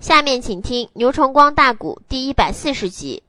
下面请听牛崇光大鼓第140集。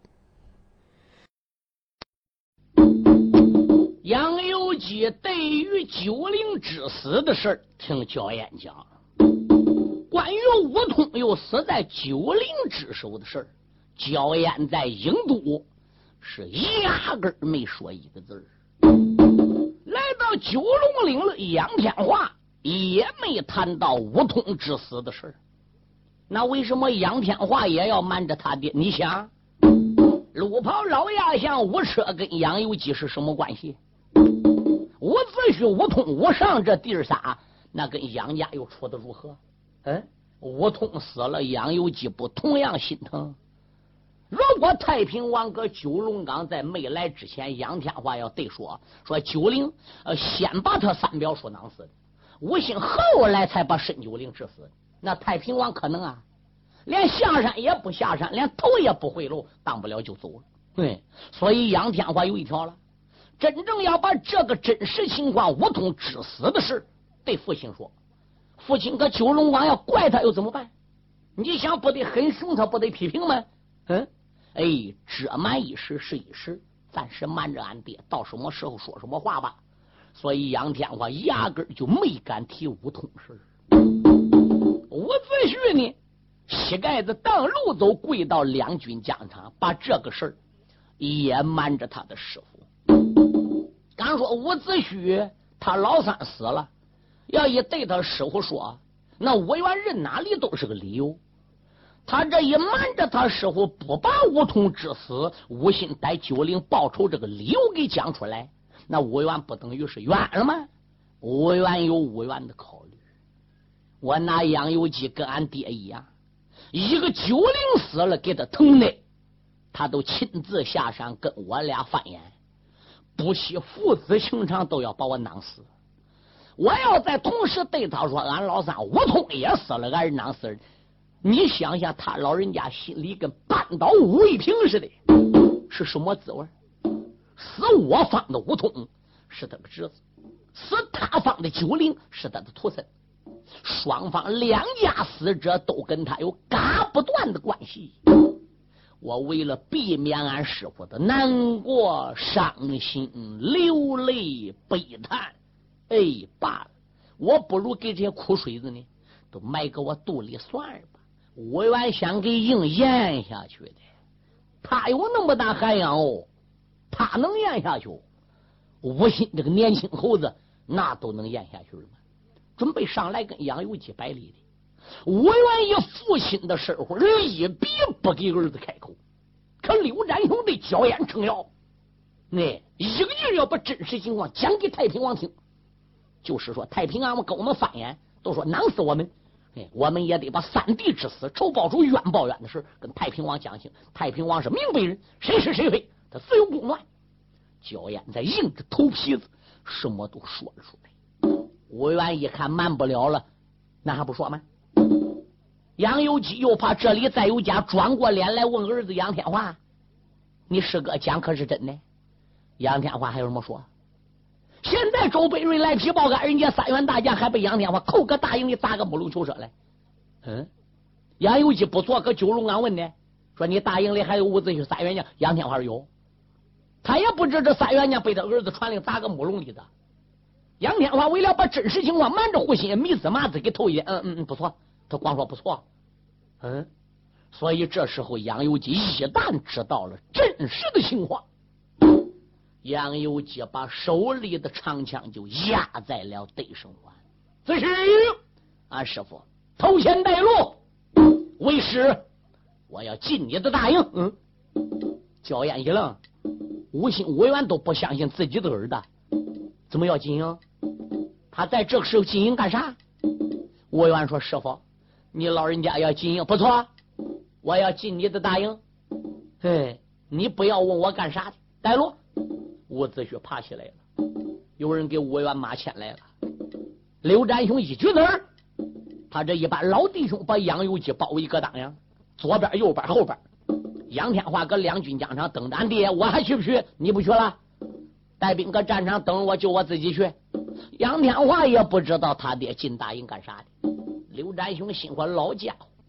杨由基对于九龄之死的事听焦燕讲，关于武通又死在九龄之手的事焦燕在郢都是压根没说一个字来到九龙岭的杨天华也没谈到武通之死的事那为什么杨天华也要瞒着他爹？你想，陆袍老亚相武车跟杨由基是什么关系？伍子胥、武通、武尚这弟儿仨，那跟杨家又处得如何？武通死了，杨由基不同样心疼？如果太平王搁九龙岗在没来之前，杨天华要对说九龄先把他三表叔囊死的，吴兴后来才把申九龄致死，那太平王可能啊，连下山也不下山，连头也不回喽，当不了就走了。对，所以杨天华有一条了。真正要把这个真实情况武通致死的事对父亲说，父亲搁九龙岗要怪他又怎么办？你想不得很凶他，不得批评吗？遮瞒一时是一时，暂时瞒着俺爹，到什么时候说什么话吧。所以杨天华压根就没敢提武通事。伍子胥呢，膝盖子当路走，跪到两军疆场，把这个事也瞒着他的师傅。刚说伍子胥他老三死了，要一对他师傅说，那伍元任哪里都是个理由。他这一瞒着他师傅不把武通致死，武信在九龄报仇这个理由给讲出来，那伍元不等于是冤了吗？伍元有伍元的考虑。我拿杨由基跟俺爹一样，一个九龄死了给他疼的，他都亲自下山跟我俩翻眼，不惜父子情长都要把我囊死。我要在同时对他说俺老三武通也死了，俺是囊死人，你想想他老人家心里跟扳倒武一平似的，是什么滋味？死我方的武通是他的侄子，死他方的九龄是他的徒孙，双方两家死者都跟他有嘎不断的关系。我为了避免俺师傅的难过、伤心、流泪、悲叹，罢了，我不如给这些苦水子呢都埋给我肚里算了吧。我原想给硬咽下去的，他有那么大涵养哦，他能咽下去？吴心这个年轻猴子那都能咽下去了吗？准备上来跟杨由基百里的。我愿意父亲的事儿一笔不给儿子开口，可刘占雄对焦燕撑腰，那一个劲要把真实情况讲给太平王听，就是说太平王跟我们翻眼，都说囊死我们，我们也得把三弟之死仇报仇冤报冤的事跟太平王讲清。太平王是明白人，谁是谁非，他自有公断。焦燕在硬着头皮子什么都说了出来。吴元一看瞒不了了，那还不说吗？杨由基又怕这里再有家，转过脸来问儿子杨天华，你师哥讲可是真的？杨天华还有什么说？现在周北瑞来皮报干，人家三员大将还被杨天华扣个大营里打个木龙球车来。杨由基不错，搁九龙岗问呢，说你大营里还有伍子胥三员将，杨天华有，他也不知这三员将被他儿子传令打个木龙里的。杨天华为了把真实情况瞒着胡心，迷子麻子给透一点，不错，他光说不错，所以这时候杨由基一旦知道了真实的情况，杨由基把手里的长枪就压在了对手腕。这是俺师傅头前带路，为师我要进你的大营。焦燕一愣，吴心吴元都不相信自己的儿子，怎么要进营？他在这个时候进营干啥？吴元说，师傅你老人家要进营不错，我要进你的大营，你不要问我干啥的，带路。伍子胥爬起来了，有人给吴元马牵来了。刘占雄一举子儿，他这一般老弟兄把杨由基包一个当阳，左边右边后边。杨天华搁两军疆场等咱爹，我还去不去？你不去了，带兵搁战场等我，就我自己去。杨天华也不知道他爹进大营干啥的。刘占雄心说，老家伙，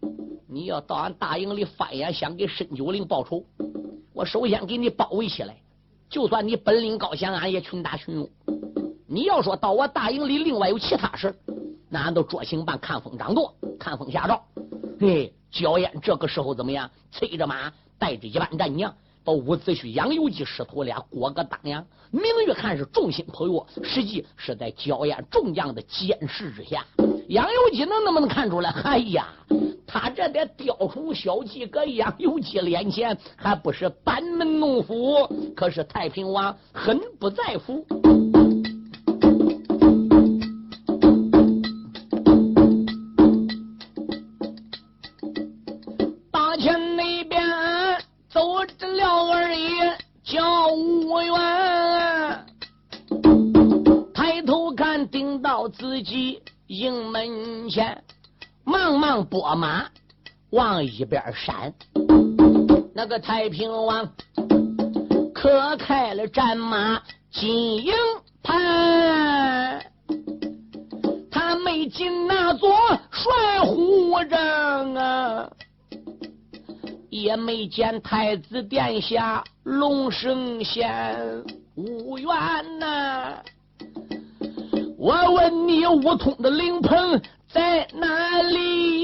你要到俺大营里翻眼，想给申九龄报仇，我首先给你包围起来。就算你本领高强，俺也群打群勇。你要说到我大营里另外有其他事，那俺都酌情办看风掌舵，看风下诏。嘿，焦燕这个时候怎么样？催着马，带着一班战将，把伍子胥、杨由基师徒俩过个当阳。明月看是众星捧月，实际是在焦燕众将的监视之下。杨由基能不能看出来？哎呀，他这点雕虫小技搁杨由基脸前还不是班门弄斧，可是太平王很不在乎。大前那边走着了二爷叫吴元，抬头看顶到自己营门前，忙忙拨马往一边闪。那个太平王可开了战马进营盘，他没进那座帅虎帐啊，也没见太子殿下龙圣贤无缘呐。我问你，吴通的灵棚在哪里？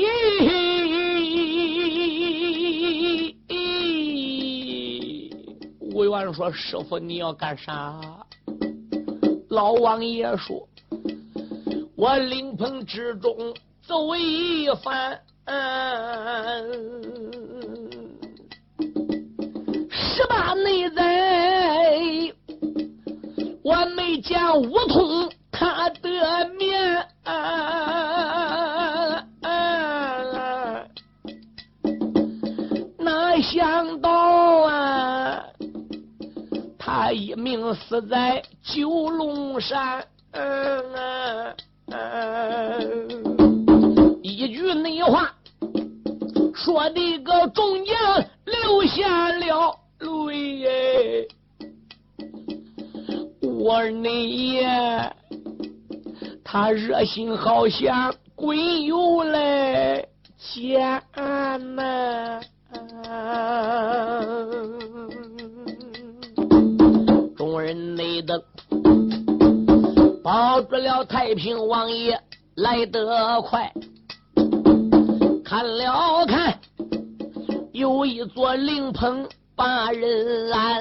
吴元说：“师傅，你要干啥？”老王爷说：“我灵棚之中走一番，18内在，我没见吴通他的面，哪想到啊，他一命死在九龙山。一句内话说的个众将流下了泪。我二内爷他热心好像滚油来家呐，众人内的保住了太平王爷来得快，看了看有一座灵棚把人安，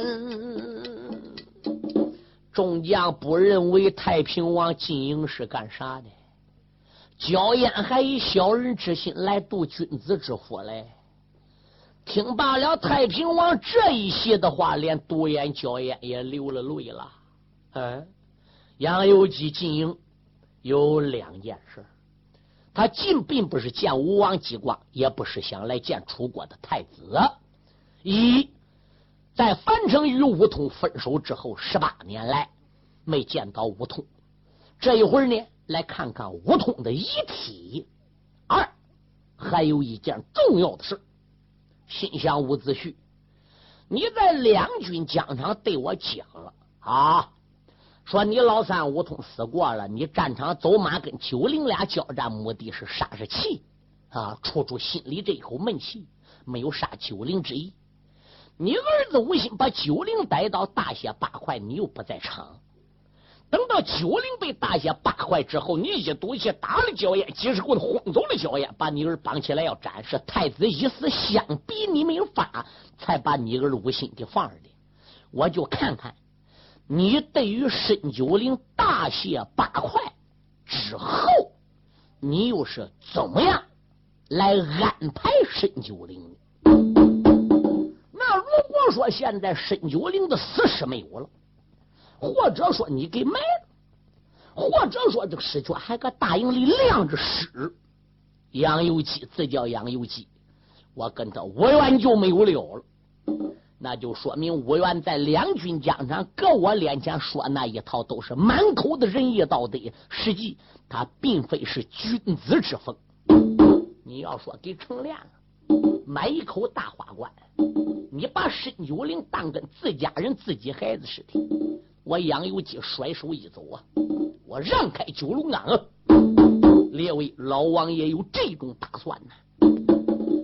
众将不认为太平王进营是干啥的，焦燕还以小人之心来度君子之腹嘞。听罢了太平王这一席的话，连独眼焦燕也流了泪了。杨由基进营有2件事，他进并不是见吴王姬光，也不是想来见楚国的太子。一，在樊城与吴通分手之后18年来没见到吴通，这一会儿呢来看看吴通的遗体。2，还有一件重要的事，心想伍子胥，你在两军疆场对我讲了啊，说你老三吴通死过了，你战场走马跟九龄俩交战，目的是杀是气啊，出心里这口闷气，没有杀九龄之意。你儿子吴兴把九龄逮到大卸8块，你又不在场。等到九龄被大卸8块之后，你一赌气打了焦燕，几十棍轰走了焦燕，把你儿绑起来要斩，是太子一死，相比你没有法，才把你儿吴兴给放着的。我就看看你对于申九龄大卸8块之后，你又是怎么样来安排申九龄的？那如果说现在申九龄的死尸没有了，或者说你给埋了，或者说这个尸圈还搁大营里晾着尸，杨由基自叫杨由基，我跟他吴元就没有了了，那就说明吴元在两军疆场搁我脸前说那一套都是满口的仁义道德，实际他并非是君子之风。你要说给程亮买一口大花罐，你把申九龄当跟自家人自己孩子似的，我杨由基甩手一走啊，我让开九龙岗啊！列位老王爷有这种打算呢。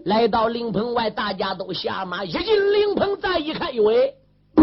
来到灵棚外，大家都下马，一进灵棚再一看，喂，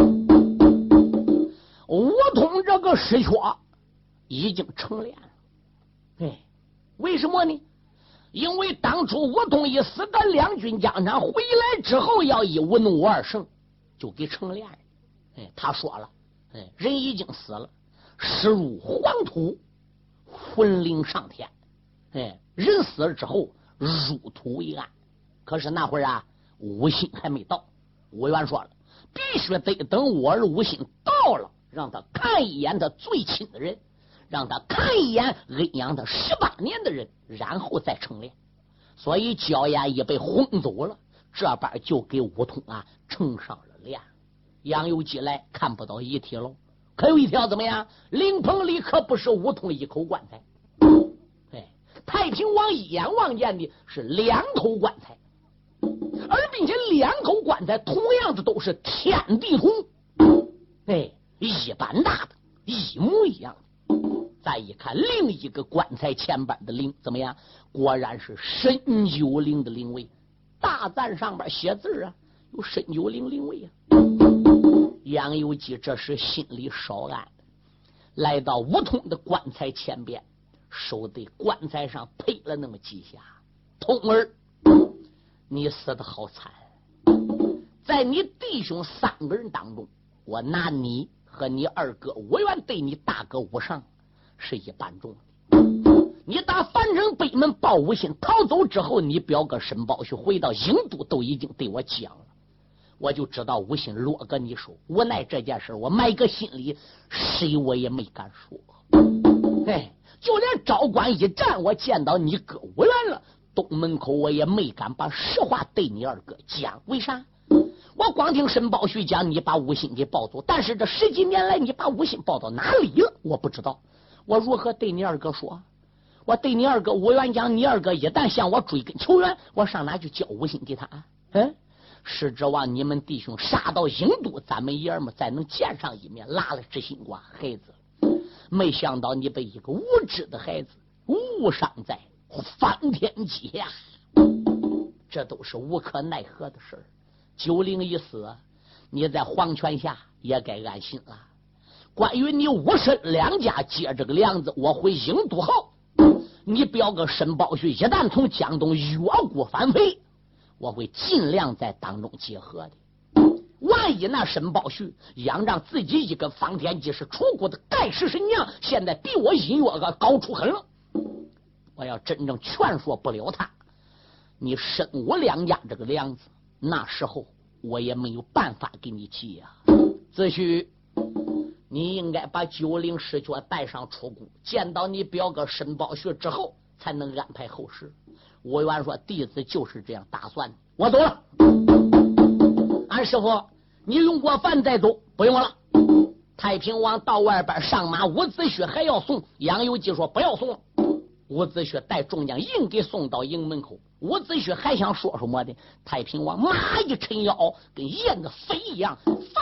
吴通这个尸缺已经成殓了。哎，为什么呢？因为当初吴通一死在两军疆场，回来之后要以文武二圣就给成殓了。哎，他说了，哎，人已经死了，尸入黄土，魂灵上天。哎，人死了之后入土为安。可是那会儿啊，五辛还没到。吴元说了，必须得等我儿五辛到了，让他看一眼他最亲的人，让他看一眼恩养他18年的人，然后再成殓。所以焦彦一被轰走了，这边就给武通啊呈上了殓。杨由基来看不到遗体了，可有一条怎么样？灵棚里可不是武通一口棺材，哎，太平王一眼望见的是2口棺材，而并且2口棺材同样的都是天地铜，哎，一般大的，一模一样的。再一看另一个棺材前边的灵怎么样？果然是申九龄的灵位，大赞上边写字啊，有申九龄灵位啊。杨由基这时心里稍安，来到吴通的棺材前边，手对棺材上呸了那么几下。通儿，你死得好惨，在你弟兄3个人当中，我拿你和你二哥吴元对你大哥吴尚是一般重的。你打樊城北门报吴信逃走之后，你表哥申宝旭回到郢都都已经对我讲了，我就知道吴信落个你手。无奈这件事我埋个心里，谁我也没敢说。哎，就连昭关一战我见到你哥吴元了，东门口我也没敢把实话对你二哥讲。为啥？我光听申宝旭讲你把吴信给抱走，但是这10几年来你把吴信抱到哪里了我不知道，我如何对你二哥说？我对你二哥吴元讲，你二哥一旦向我追根求源，我上哪去交吴信给他？是指望你们弟兄杀到郢都，咱们爷们再能见上一面，拉了知心瓜。孩子，没想到你被一个无知的孩子误伤在翻天机呀！这都是无可奈何的事儿。九龄一死，你在黄泉下也该安心了。关于你吴申两家接这个梁子，我回郢都后，你表哥申宝旭一旦从江东越过反匪，我会尽量在当中结合的。万一那申宝旭仰仗自己一个方天戟是楚国的盖世神将，现在比我音乐个高出很了，我要真正劝说不了他，你申吴两家这个梁子，那时候我也没有办法给你接啊。子胥，你应该把九龄失缺带上出谷，见到你表哥申宝旭之后，才能安排后事。吴元说：“弟子就是这样打算的。我走了。俺师傅，你用过饭再走，不用了。”太平王到外边上马，伍子胥还要送。杨由基说：“不要送了。”伍子胥带众将硬给送到营门口。伍子胥还想说什么的，太平王马一抻腰，跟燕子飞一样，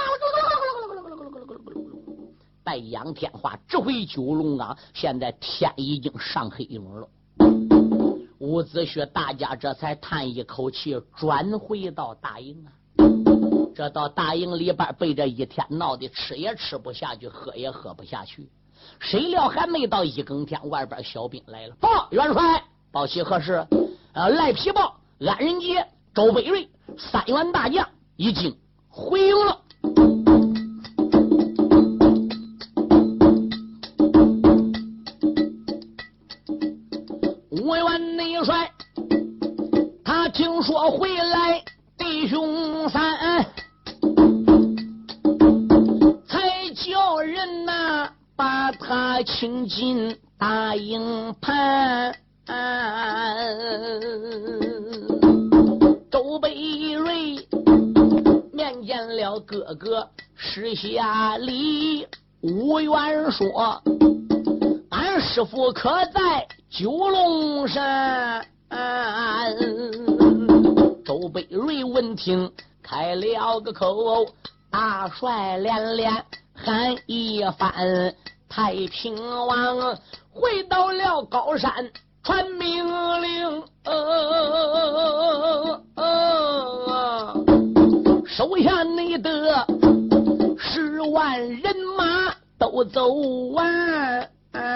带杨天华指挥九龙岗。现在天已经上黑云了。伍子胥大家这才叹一口气，转回到大营啊。这到大营里边被这一天闹的吃也吃不下去，喝也喝不下去。谁料还没到1更天，外边小兵来了，报元帅，报喜何事？赖皮报安仁杰、周北瑞3员大将已经回营了。5员内帅他听说回来弟兄3，才叫人呐把他请进大营盘。周北瑞面见了哥哥施下礼，吴元说：“俺师父可在九龙山。”周北瑞闻听开了个口，大帅连连喊一番。太平王回到了高山传命令， 你的10万人马都走完，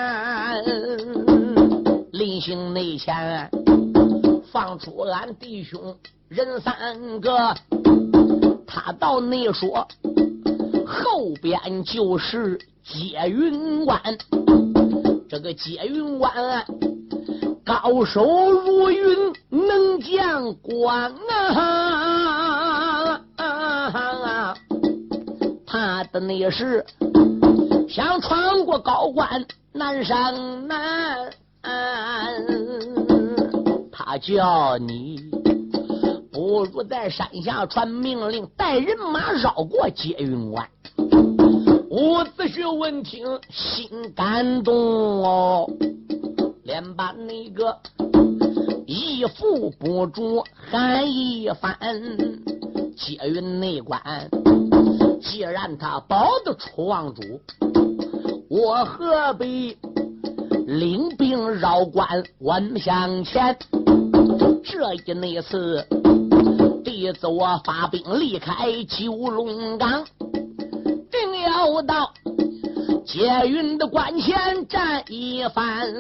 临行内前放出俺弟兄人3个，他到内说后边就是接云关，这个接云关高手如云能将官他的那是想穿过高关难上难，他叫你不如在山下传命令，带人马绕过接云关。伍子胥闻听心感动哦，连把那个义父不住喊一番。接云内关既然他保得楚王主，我何必领兵绕关稳向前？这一那次弟子我发兵离开九龙岗，定要到接云的关前站一番。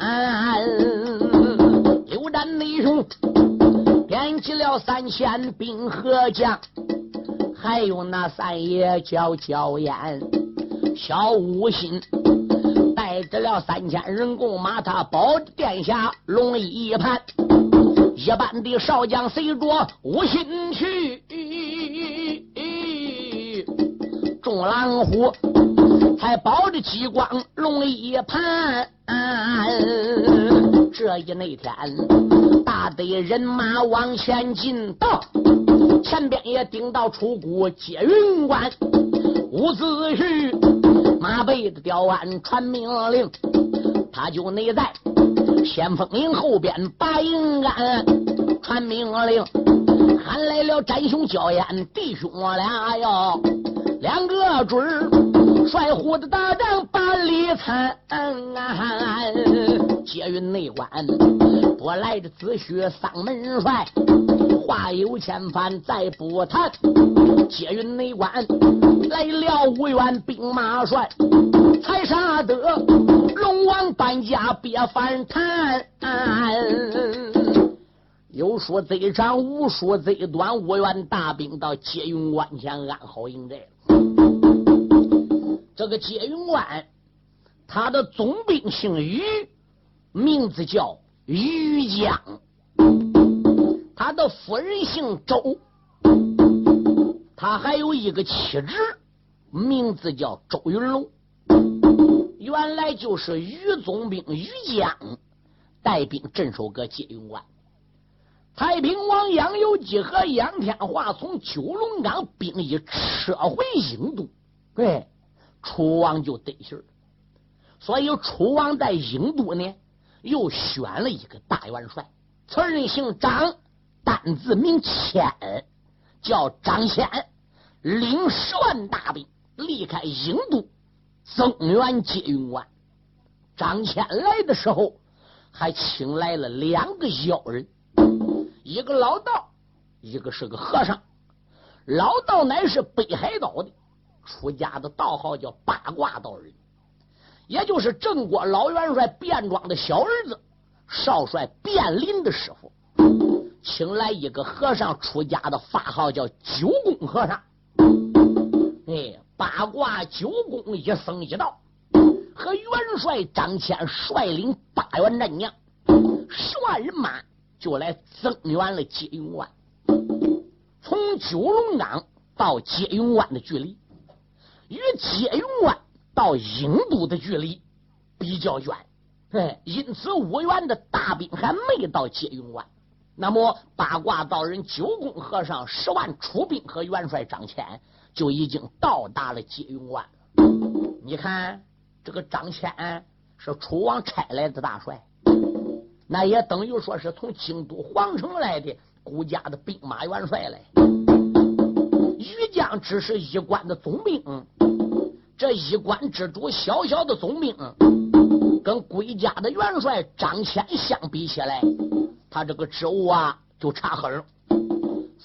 刘战内兄点起了3000兵和将，还有那3爷叫焦彦，小五心带着了3000人共马，他保着殿下龙一盘，一般的少将随着五心去，众狼虎才保着激光龙一盘。这一那天大队人马往前进到前边也顶到楚谷接云关，伍子胥马背的吊鞍传命令，他就内在先锋营后边把营杆传命令，喊来了展兄焦彦弟兄俩哟，2个准儿率虎的大将把里参，接云内关多来的子胥丧门帅，话有千番再不谈。接云内关来了5员兵马帅，才杀得龙王搬家别反弹。有说贼长，无说贼短，5员大兵到接云关前安好营寨。这个接云关他的总兵姓于，名字叫于江，他的夫人姓周，他还有一个妻子，名字叫周云龙。原来就是于总兵于江带兵镇守个接云关。太平王杨由基和杨天华从九龙岗兵役撤回郢都，对，楚王就得信儿。所以楚王在郢都呢又选了一个大元帅，此人姓张，单字名谦，叫张谦，领10万大兵离开郢都增援接云关。张谦来的时候还请来了2个妖人，一个老道，一个是个和尚。老道乃是北海道的出家的道号叫八卦道人，也就是郑国老元帅卞庄的小儿子，少帅卞林的师傅。请来一个和尚出家的法号叫九公和尚。八卦九公一僧一道，和元帅张骞率领8员战将10万人马就来增援了接云关。从九龙岗到接云关的距离与接云关到郢都的距离比较远，因此5员的大兵还没到接云关。那么八卦道人九公和尚10万出兵和元帅张骞就已经到达了接云关。你看这个张骞是楚王差来的大帅，那也等于说是从京都皇城来的顾家的兵马元帅来。于江只是一关的总兵，这一关之主小小的总兵跟归家的元帅张骞相比起来，他这个职务就差很了。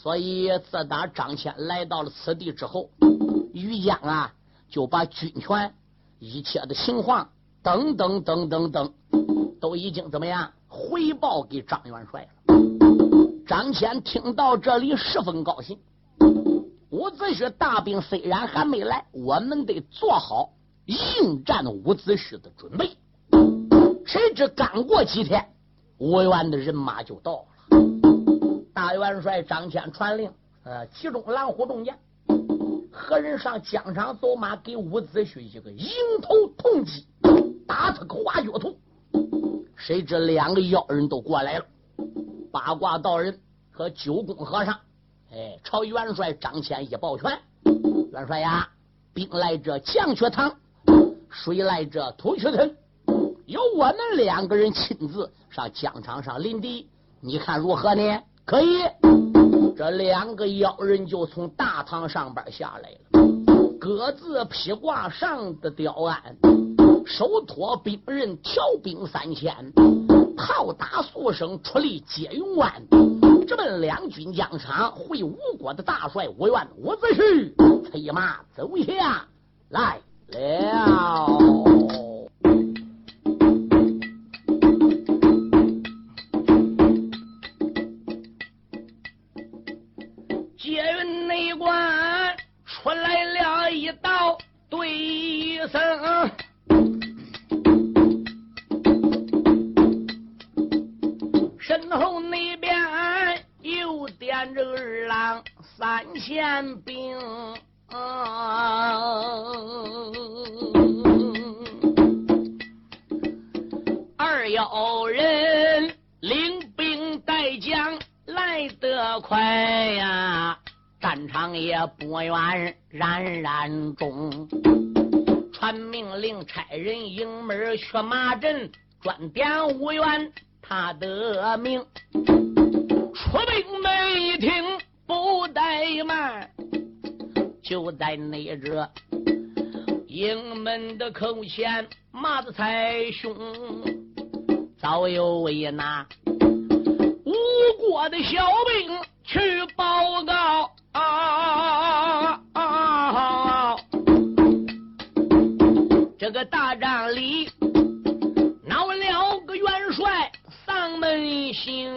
所以自打张骞来到了此地之后，于江啊就把军权一切的情况等等等等等都已经怎么样回报给张元帅了。张骞听到这里十分高兴，伍子胥大兵虽然还没来，我们得做好应战伍子胥的准备。谁知刚过几天，吴元的人马就到了。大元帅张骞传令，集中狼虎众将，何人上疆场走马，给伍子胥一个迎头痛击，打他个花脚头。谁知两个妖人都过来了，八卦道人和九宫和尚，朝元帅张骞一抱拳：元帅呀，兵来者将却堂，水来者土却屯，由我们两个人亲自上疆场上临敌，你看如何呢？可以。这两个妖人就从大堂上边下来了，各自披挂上的雕鞍，手托兵刃，调兵3000，炮打速声，出力接勇万。这么两军疆场，会吴国的大帅吴元伍子胥催马走下来了。捷运内关出来了一道对声，身后那边又点着二郎3000兵，二妖人领兵带将来得快呀，战场也不远冉冉中，传命令差人迎门去马阵，专点吴元他的命。出兵们一听不怠慢，就在那这营门的口前，马子才兄早有为那吴国的小兵去报告这个大帐里闹了个元帅丧门星，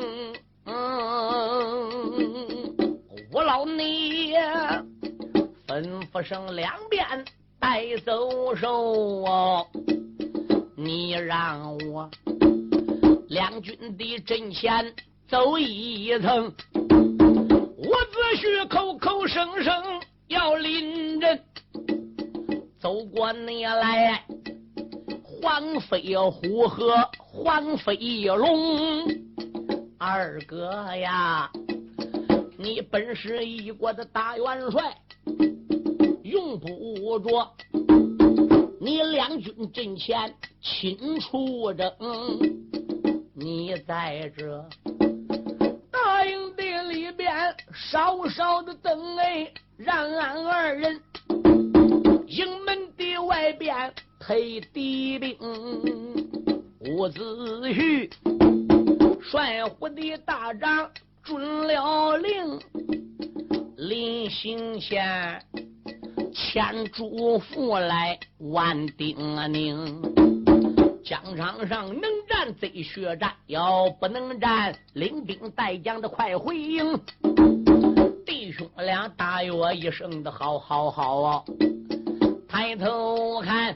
吴老你吩咐声两边带走手你让我两军的阵前走一层，伍子胥口口声声要临阵，走过你来黄飞虎和黄飞龙，二哥呀，你本是一国的大元帅，用不着你两军阵前亲出征，你在这大营地里边稍稍的等让俺二人营门的外边配敌兵。伍子胥率虎的大帐准了令，临行前牵嘱咐来万叮咛，疆场上能战贼血战，要不能战领兵带将的快回营。弟兄俩大约一声的好好好抬头看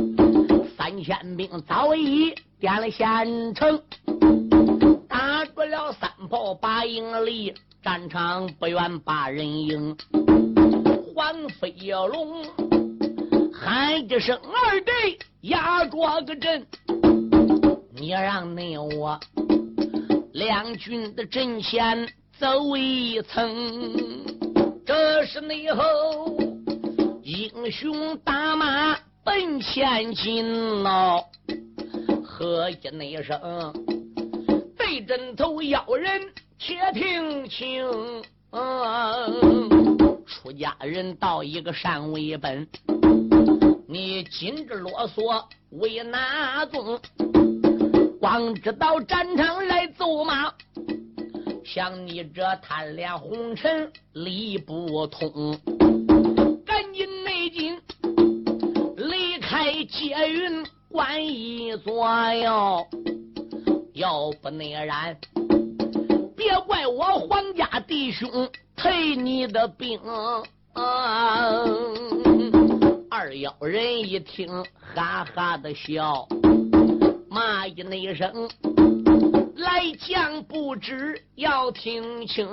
3000兵早已点了县城，打住了3炮8英里，战场不远8人营。黄飞龙喊一声二弟压着个阵，你让你我两军的阵前走一层，这是内后英雄大马奔前进喽。喝一那声对阵头妖人且听清，出家人到一个山为本，你紧着啰嗦为哪宗？光知道战场来走马， 像你这贪恋红尘理不通，赶紧内进离开接云关一座哟，要不那然别怪我皇家弟兄退你的兵。二妖人一听哈哈的笑，骂一那声来将不知要听清。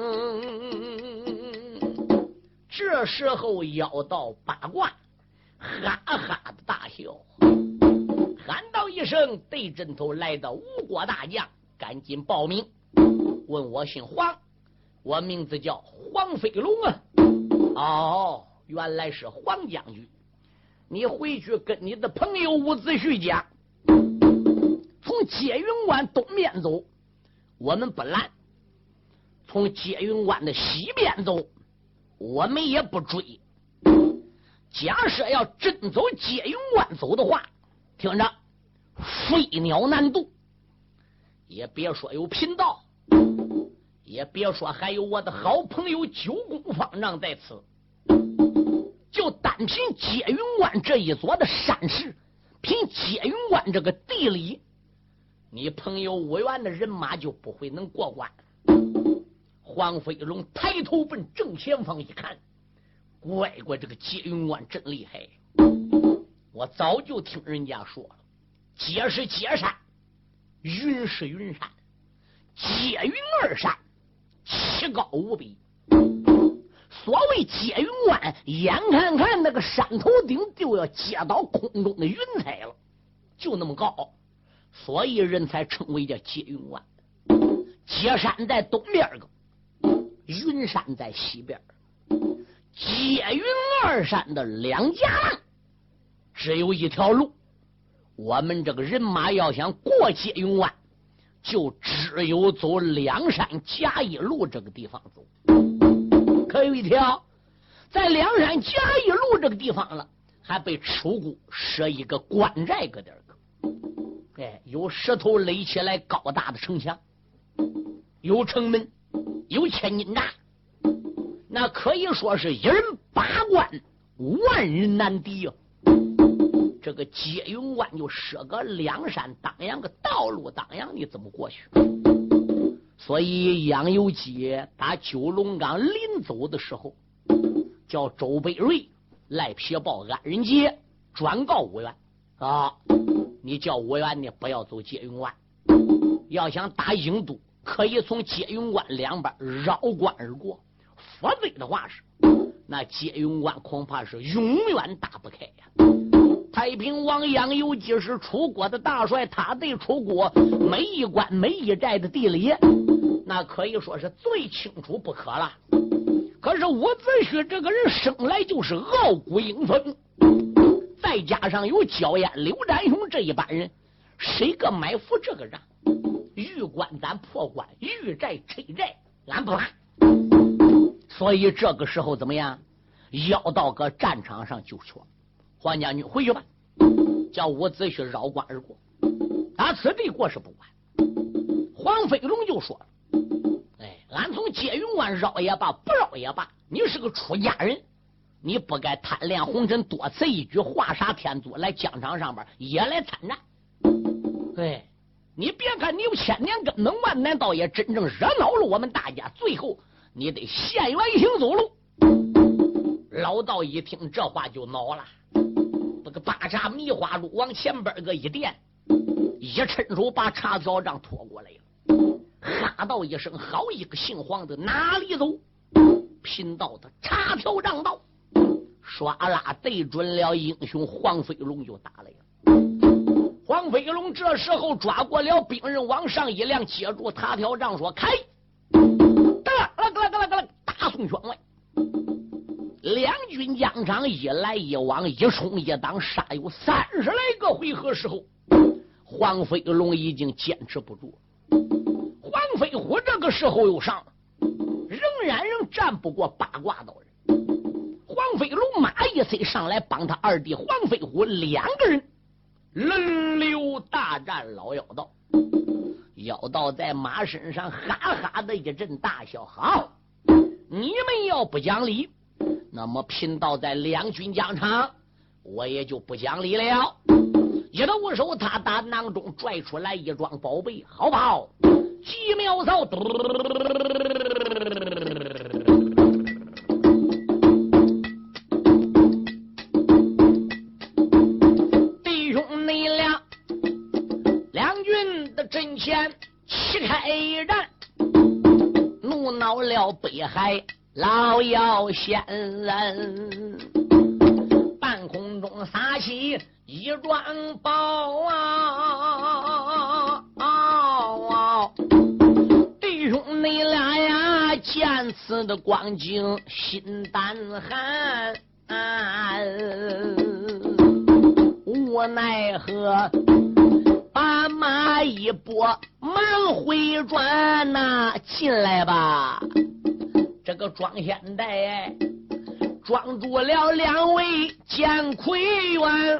这时候妖道八卦哈哈的大笑，喊道一声，对阵头来到吴国大将，赶紧报名，问我姓黄，我名字叫黄飞龙啊。哦，原来是黄将军，你回去跟你的朋友伍子胥讲，从接云关东边走我们不拦，从接云关的西边走我们也不追。假设要真走接云关走的话，听着，飞鸟难渡，也别说有贫道，也别说还有我的好朋友九公方丈在此，就单凭接云关这一座的山势，凭接云关这个地理，你朋友伍员的人马就不会能过关。黄飞龙抬头奔正前方一看，乖乖，这个接云关真厉害！我早就听人家说了，接是接山，云是云山，接云二山，奇高无比。所谓接云关，眼看看那个山头顶就要接到空中的云彩了，就那么高，所以人才称为叫接云关。接山在东边个，云山在西边，接云二山的两家只有一条路，我们这个人马要想过接云关，就只有走两山夹一路这个地方走。可有一条，在两山夹一路这个地方了，还被赤五谷设一个关寨搁点个，有石头垒起来高大的城墙，有城门，有千斤栅，那可以说是一人把关，万人难敌啊！这个接云关就设个两山当阳个道路当阳，你怎么过去？所以杨由基打九龙岗临走的时候，叫周北瑞来撇报安仁杰，转告伍员啊，你叫伍员呢不要走接云关，要想打郢都，可以从接云关两边绕关而过，否则的话是那接云关恐怕是永远打不开呀。太平王杨由基是楚国的大帅，他对楚国每一关每一寨的地理那可以说是最清楚不可了。可是伍子胥这个人生来就是傲骨英风，再加上有焦彦、刘占雄这一班人，谁个埋伏这个仗？遇关咱破关，遇寨拆寨俺不怕。所以这个时候怎么样？要到个战场上就说黄将军回去吧，叫伍子胥绕关而过，打此地过是不管。黄飞龙就说了，俺从接云关绕也罢，不绕也罢，你是个出家人，你不该贪恋红尘，多此一举，画杀天祖，来疆场上边也来参战。你别看你有千年根本万难，倒也真正惹恼了我们大家，最后你得现原形走路。老道一听这话就恼了，那个八叉迷花鹿往前边个一垫，一伸手把插条杖拖过来了，哈道一声，好一个姓黄的，哪里走？贫道的插条杖道，唰啦对准了英雄黄飞龙就打来了。黄飞龙这时候抓过了兵刃，往上一亮，接住插条杖说开，大宋圈外。两军疆场一来一往，一冲一挡，杀有30来个回合时候，黄飞龙已经坚持不住。黄飞虎这个时候又上，仍然战不过八卦道人。黄飞龙马一催上来帮他二弟黄飞虎两个人轮流大战老妖道。 妖道在马身上哈哈的一阵大笑，好，你们要不讲理，那么贫道在两军疆场我也就不讲理了。一抖手，他打囊中拽出来一桩宝贝，好不好？几秒扫，弟兄你俩两军的阵前旗开战，怒恼了北海老妖仙人，半空中撒起一桩宝弟兄你俩呀，见此的光景心胆寒，无奈何把马一拨，忙回转呐，进来吧。这个庄现代庄住了两位见魁元，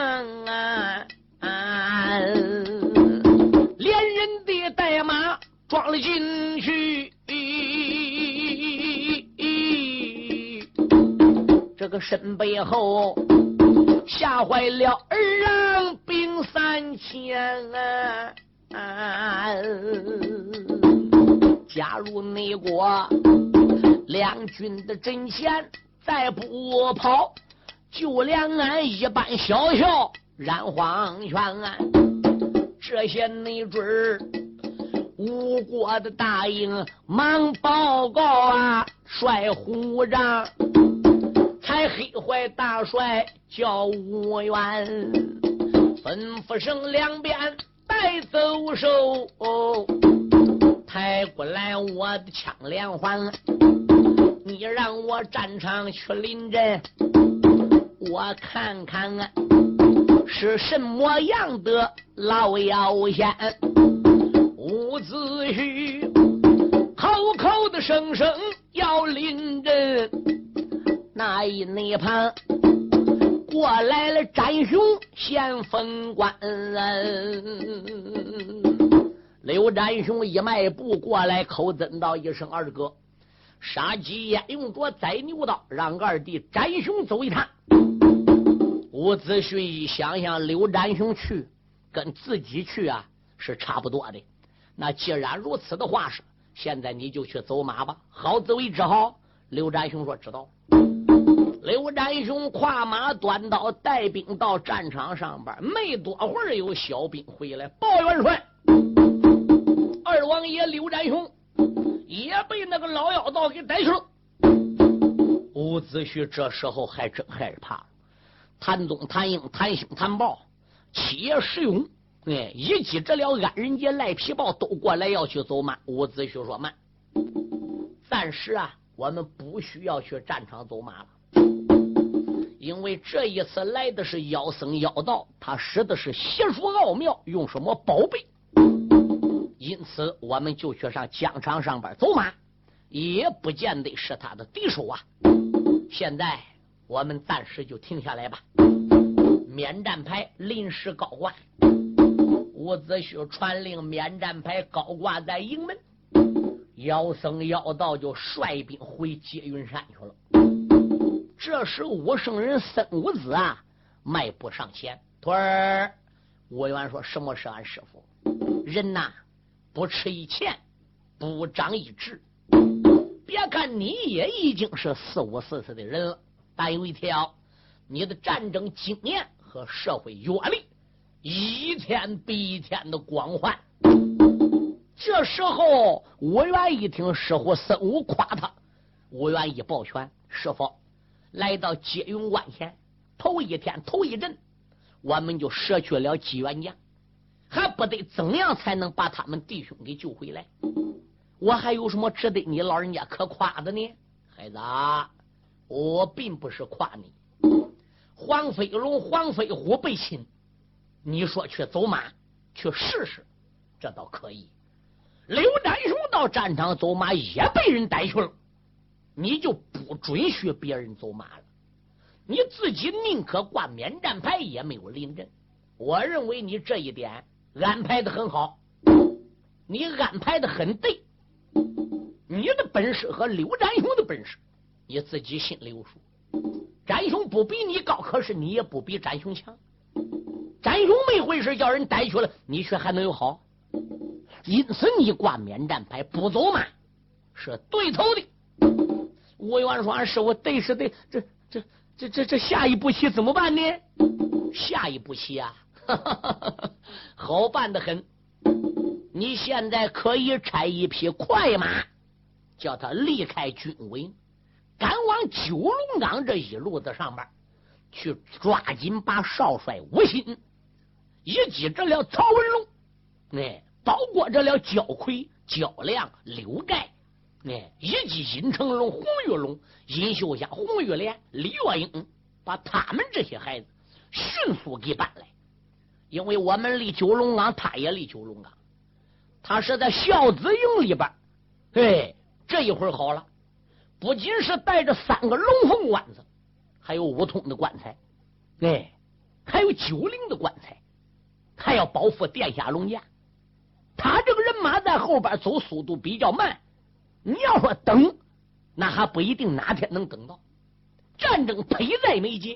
连人的带马装了进去，这个身背后吓坏了二郎兵3000假如内国两军的阵前再不跑，就连俺一般小小染黄泉这些内准儿吴国的大营忙报告帅虎长，才黑坏大帅叫吴元，吩咐声两边带走手，抬过来我的枪连环，你让我战场去临阵，我看看是什么样的老妖仙。伍子胥口口的声声要临阵，那一内旁过来了展雄先锋官，刘展雄一迈步过来，口尊道一声二哥，杀鸡焉用着宰牛刀，让二弟展雄走一趟。伍子胥一想想，刘展雄去跟自己去是差不多的，那既然如此的话是，现在你就去走马吧。好自为之好。刘展雄说知道。刘展雄跨马端刀带兵到战场上边，没多会儿有小兵回来报元帅，二王爷刘展雄也被那个老妖道给逮去了。伍子胥这时候还真害怕了，谭东、谭英、谭兴、谭豹、七爷石勇，一击这了安仁杰、赖皮豹都过来要去走马。伍子胥说慢，暂时我们不需要去战场走马了，因为这一次来的是妖僧妖道，他使的是邪术奥妙，用什么宝贝，因此我们就去上疆场上边走马，也不见得是他的敌手现在我们暂时就停下来吧。免战牌临时高挂，伍子胥传令免战牌高挂在营门，妖僧妖道就率兵回接云山去了。这时武圣人孙武子迈步上前，徒儿，我原说什么是俺师傅？人不吃一堑，不长一智。别看你也已经是45、40的人了，但有一条，你的战争经验和社会阅历一天比一天的广泛。这时候武元一听师傅孙武夸他，武元一抱拳，师傅来到接云关前，头一天头一阵我们就失去了几员将，还不得怎样才能把他们弟兄给救回来？我还有什么值得你老人家可夸的呢？孩子我并不是夸你。黄飞龙、黄飞虎被擒，你说去走马去试试，这倒可以。刘展雄到战场走马也被人逮去了，你就不准许别人走马了，你自己宁可挂免战牌也没有临阵。我认为你这一点安排的很好。 你安排的很对，你的本事和刘占雄的本事，你自己心里有数。占雄不比你高，可是你也不比占雄强。占雄没回事，叫人逮去了，你却还能有好。因此你挂免战牌不走慢是对头的。吴元说：“师傅，对是对，这下一步棋怎么办呢？下一步棋啊，好办得很。你现在可以差一匹快马，叫他离开军委，赶往九龙岗这一路子上边去，抓紧把少帅吴信以及这了曹文龙，包括这了焦魁、焦亮、刘盖，以及尹成龙、洪玉龙、尹秀香、洪玉莲、李月英，把他们这些孩子迅速给搬来。因为我们离九龙岗，他也离九龙岗，他是在孝子营里边。这一会儿好了，不仅是带着3个龙凤棺子，还有5通的棺材，还有9灵的棺材，还要保护殿下龙驾。他这个人马在后边走，速度比较慢。你要说等，那还不一定哪天能等到。战争迫在眉睫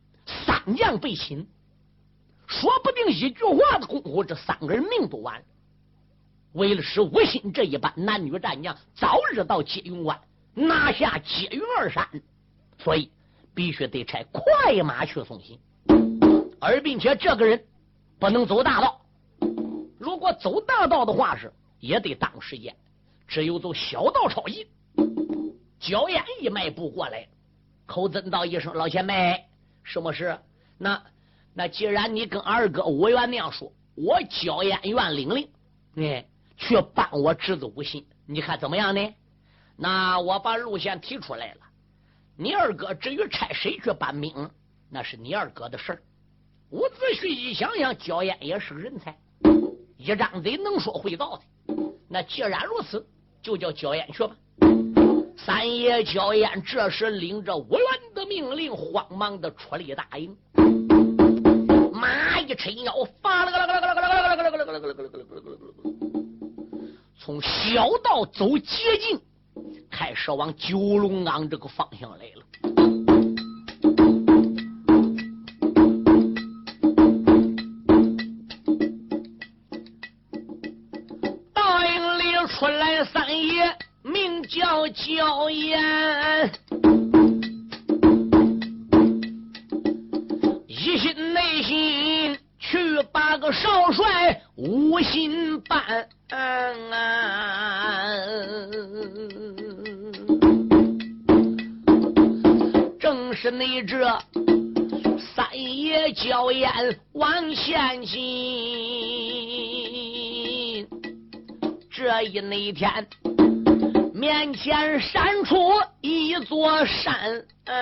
，3将被擒，说不定一句话的功夫，这3个人命都完了。为了使吴信这一班男女战将早日到接云关，拿下接云2山，所以必须得差快马去送信，而并且这个人不能走大道。如果走大道的话是也得当时间，只有走小道超近。焦艳一迈步过来，口尊道一声：“老前辈，什么事？那既然你跟二哥吴元那样说，我焦艳愿领令，去帮我侄子吴信，你看怎么样呢？那我把路线提出来了，你二哥至于差谁去搬兵，那是你二哥的事儿。”伍子胥一想想，焦艳也是个人才，一张嘴能说会道的。那既然如此，就叫焦艳去吧。3爷焦艳这时领着吴元的命令，慌忙的出离大营。马一抻腰，发了从小道走捷径，开始往九龙岗这个方向来了。大营里出来3爷，名叫焦艳，一心内心去把个少帅吴信办。正是你这3爷焦艳往前进，这一天面前闪出一座山，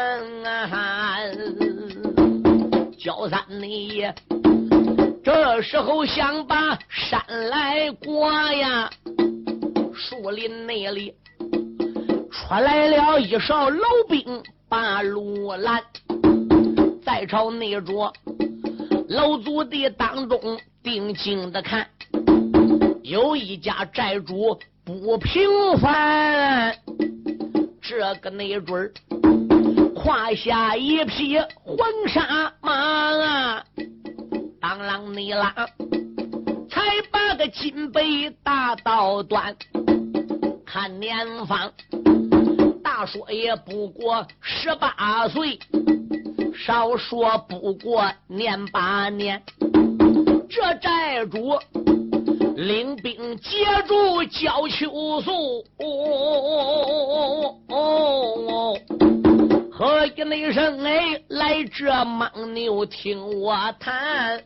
焦三你这时候想把山来过呀，树林内里出来了一哨老兵把路拦，在朝内着楼族的当中定睛的看，有一家寨主不平凡，这个内准胯下一匹黄沙马啊，当啷你啷才把个金杯大刀端，看年方大说也不过18岁，少说不过年8年，这寨主领兵接住焦秋素，喝一那声哎，来这莽牛听我谈，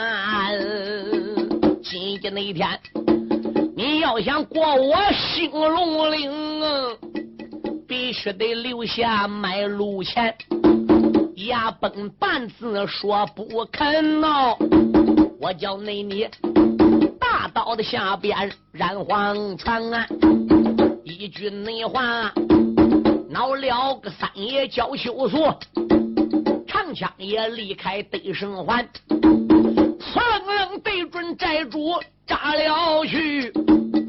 今天那一天你要想过我兴隆岭，必须得留下买路钱，牙崩半字说不肯闹，我叫你大刀的下边染黄泉啊，一句内话闹了个3爷焦秋素，长枪也离开得生还，呲楞楞对准寨主扎了去，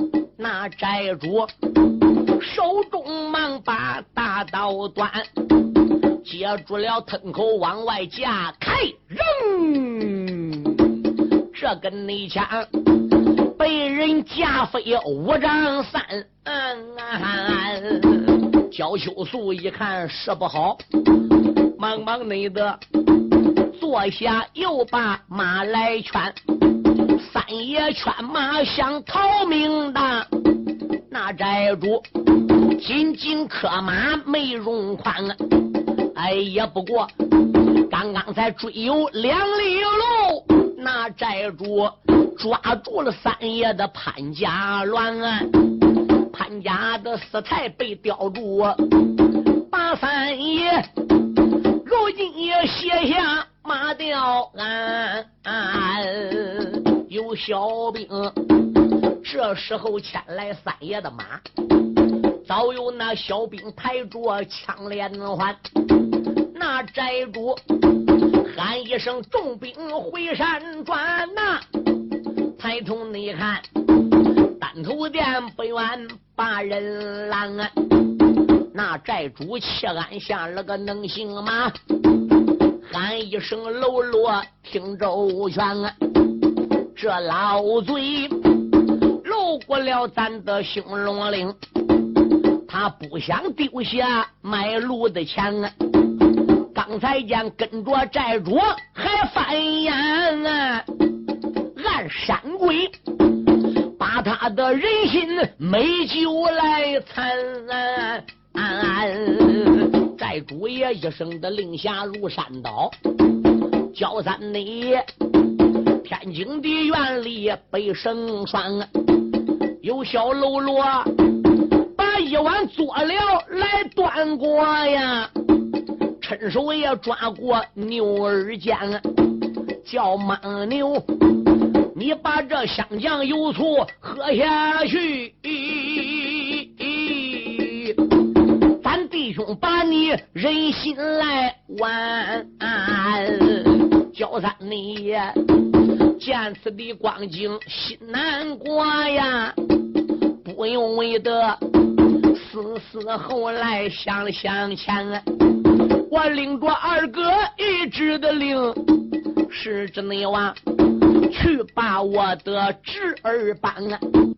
那寨主手中忙把大刀端，接住了藤口往外架，开扔，这个内枪被人架飞5丈3。焦秋素一看事不好，忙忙内的坐下，又把马来劝，三爷劝马想逃命的，那寨主紧紧磕马没容宽，哎也不过刚刚才追有2里路，那寨主抓住了三爷的潘家鸾，潘家的四太被吊住，把三爷如今也卸下马吊鞍，有小兵这时候牵来三爷的马，早有那小兵排着枪连环，那寨主喊一声重兵回山转呐，抬头你看单头店不远把人拦，那寨主气安下了个能行吗？喊一声喽啰听周全，这老嘴漏过了咱的兴隆岭，他不想丢下买路的钱，刚才见跟着寨主还翻眼，按山鬼把他的人心没救来惨，寨主也一声的令下如山倒，焦三你天津的院里被绳拴，有小喽啰把一碗佐料来端过呀，趁手也抓过牛耳尖，叫牦牛你把这香酱油醋喝下去，咱弟兄把你人心来挽，焦三你见此的光景心难过呀，不用为的思后来想想前，我领着二哥一致的令，是真内娃去把我的侄儿办，